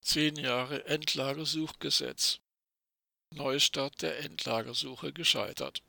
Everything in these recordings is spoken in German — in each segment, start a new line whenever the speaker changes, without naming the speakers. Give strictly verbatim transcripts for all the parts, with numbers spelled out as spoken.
Zehn Jahre Endlagersuchgesetz. Neustart der Endlagersuche gescheitert.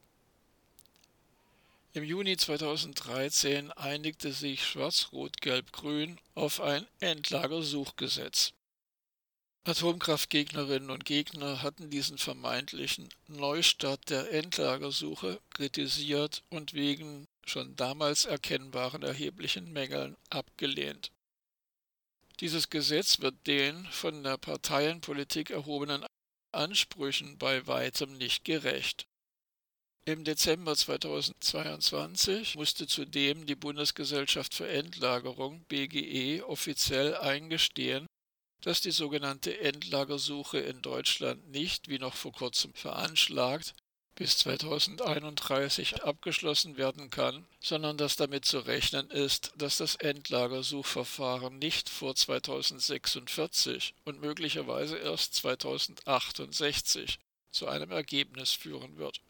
Im Juni zweitausenddreizehn einigte sich Schwarz-Rot-Gelb-Grün auf ein Endlagersuchgesetz. Atomkraftgegnerinnen und Gegner hatten diesen vermeintlichen Neustart der Endlagersuche kritisiert und wegen schon damals erkennbaren erheblichen Mängeln abgelehnt. Dieses Gesetz wird den von der Parteienpolitik erhobenen Ansprüchen bei weitem nicht gerecht. Im Dezember zweitausendzweiundzwanzig musste zudem die Bundesgesellschaft für Endlagerung B G E offiziell eingestehen, dass die sogenannte Endlagersuche in Deutschland nicht, wie noch vor kurzem veranschlagt, bis zweitausendeinunddreißig abgeschlossen werden kann, sondern dass damit zu rechnen ist, dass das Endlagersuchverfahren nicht vor zweitausendsechsundvierzig und möglicherweise erst zweitausendachtundsechzig zu einem Ergebnis führen wird.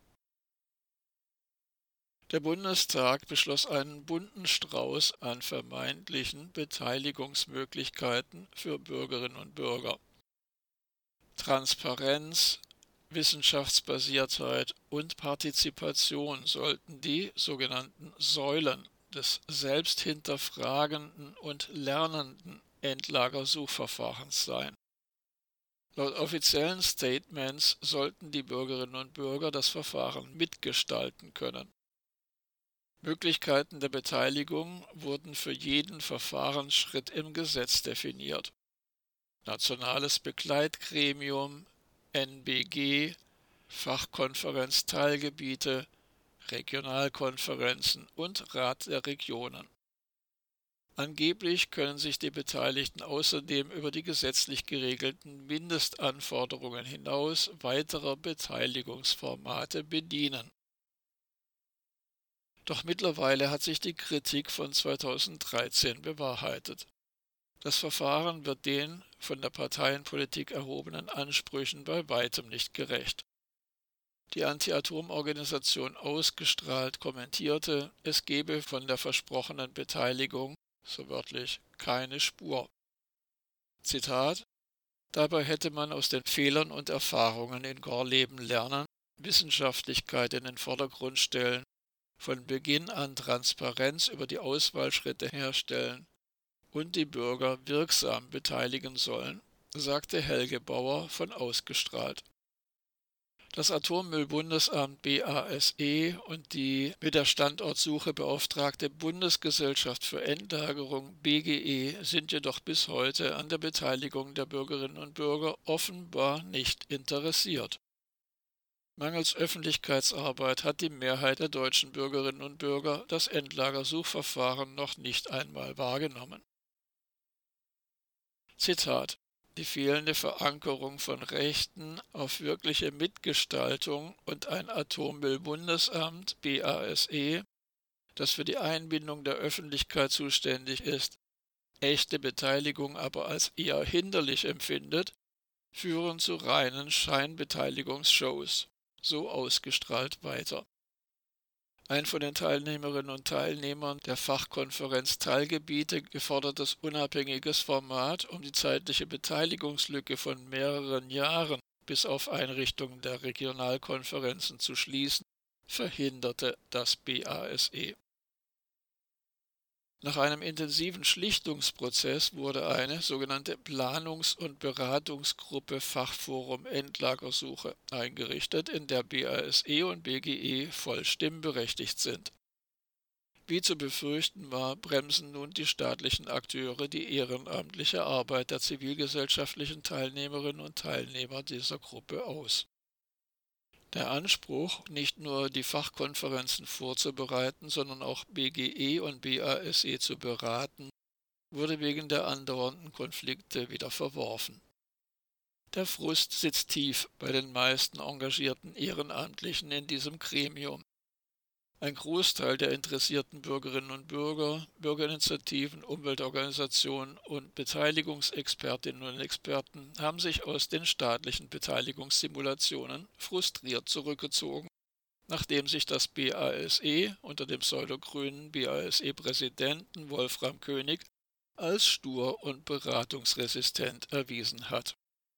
Der Bundestag beschloss einen bunten Strauß an vermeintlichen Beteiligungsmöglichkeiten für Bürgerinnen und Bürger. Transparenz, Wissenschaftsbasiertheit und Partizipation sollten die sogenannten Säulen des selbsthinterfragenden und lernenden Endlagersuchverfahrens sein. Laut offiziellen Statements sollten die Bürgerinnen und Bürger das Verfahren mitgestalten können. Möglichkeiten der Beteiligung wurden für jeden Verfahrensschritt im Gesetz definiert. Nationales Begleitgremium, N B G, Fachkonferenz-Teilgebiete, Regionalkonferenzen und Rat der Regionen. Angeblich können sich die Beteiligten außerdem über die gesetzlich geregelten Mindestanforderungen hinaus weiterer Beteiligungsformate bedienen. Doch mittlerweile hat sich die Kritik von zweitausenddreizehn bewahrheitet. Das Verfahren wird den von der Parteienpolitik erhobenen Ansprüchen bei weitem nicht gerecht. Die Anti-Atom-Organisation Ausgestrahlt kommentierte, es gebe von der versprochenen Beteiligung, so wörtlich, keine Spur. Zitat: Dabei hätte man aus den Fehlern und Erfahrungen in Gorleben lernen, Wissenschaftlichkeit in den Vordergrund stellen, von Beginn an Transparenz über die Auswahlschritte herstellen und die Bürger wirksam beteiligen sollen, sagte Helge Bauer von Ausgestrahlt. Das Atommüllbundesamt B A S E und die mit der Standortsuche beauftragte Bundesgesellschaft für Endlagerung B G E sind jedoch bis heute an der Beteiligung der Bürgerinnen und Bürger offenbar nicht interessiert. Mangels Öffentlichkeitsarbeit hat die Mehrheit der deutschen Bürgerinnen und Bürger das Endlagersuchverfahren noch nicht einmal wahrgenommen. Zitat: Die fehlende Verankerung von Rechten auf wirkliche Mitgestaltung und ein Atommüllbundesamt B A S E, das für die Einbindung der Öffentlichkeit zuständig ist, echte Beteiligung aber als eher hinderlich empfindet, führen zu reinen Scheinbeteiligungsshows, so Ausgestrahlt weiter. Ein von den Teilnehmerinnen und Teilnehmern der Fachkonferenz Teilgebiete gefordertes unabhängiges Format, um die zeitliche Beteiligungslücke von mehreren Jahren bis auf Einrichtungen der Regionalkonferenzen zu schließen, verhinderte das B A S E. Nach einem intensiven Schlichtungsprozess wurde eine sogenannte Planungs- und Beratungsgruppe Fachforum Endlagersuche eingerichtet, in der B A S E und B G E voll stimmberechtigt sind. Wie zu befürchten war, bremsen nun die staatlichen Akteure die ehrenamtliche Arbeit der zivilgesellschaftlichen Teilnehmerinnen und Teilnehmer dieser Gruppe aus. Der Anspruch, nicht nur die Fachkonferenzen vorzubereiten, sondern auch B G E und B A S E zu beraten, wurde wegen der andauernden Konflikte wieder verworfen. Der Frust sitzt tief bei den meisten engagierten Ehrenamtlichen in diesem Gremium. Ein Großteil der interessierten Bürgerinnen und Bürger, Bürgerinitiativen, Umweltorganisationen und Beteiligungsexpertinnen und Experten haben sich aus den staatlichen Beteiligungssimulationen frustriert zurückgezogen, nachdem sich das B A S E unter dem pseudogrünen B A S E-Präsidenten Wolfram König als stur und beratungsresistent erwiesen hat.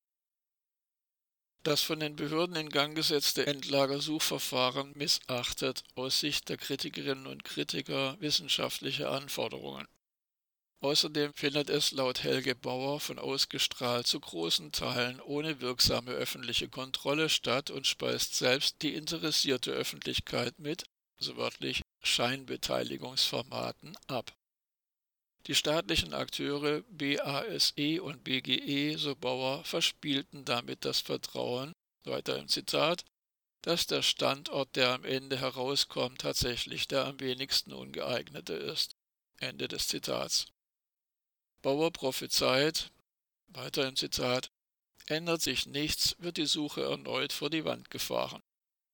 Das von den Behörden in Gang gesetzte Endlagersuchverfahren missachtet aus Sicht der Kritikerinnen und Kritiker wissenschaftliche Anforderungen. Außerdem findet es laut Helge Bauer von ausgestrahlt zu großen Teilen ohne wirksame öffentliche Kontrolle statt und speist selbst die interessierte Öffentlichkeit mit, so wörtlich, Scheinbeteiligungsformaten ab. Die staatlichen Akteure B A S E und B G E, so Bauer, verspielten damit das Vertrauen, weiter im Zitat, dass der Standort, der am Ende herauskommt, tatsächlich der am wenigsten ungeeignete ist. Ende des Zitats. Bauer prophezeit, weiter im Zitat, ändert sich nichts, wird die Suche erneut vor die Wand gefahren.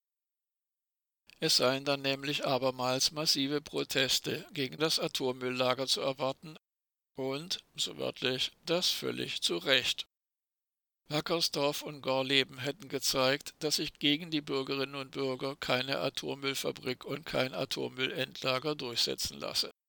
Es seien dann nämlich abermals massive Proteste gegen das Atommülllager zu erwarten und, so wörtlich, das völlig zu Recht. Wackersdorf und Gorleben hätten gezeigt, dass sich gegen die Bürgerinnen und Bürger keine Atommüllfabrik und kein Atommüllendlager durchsetzen lasse.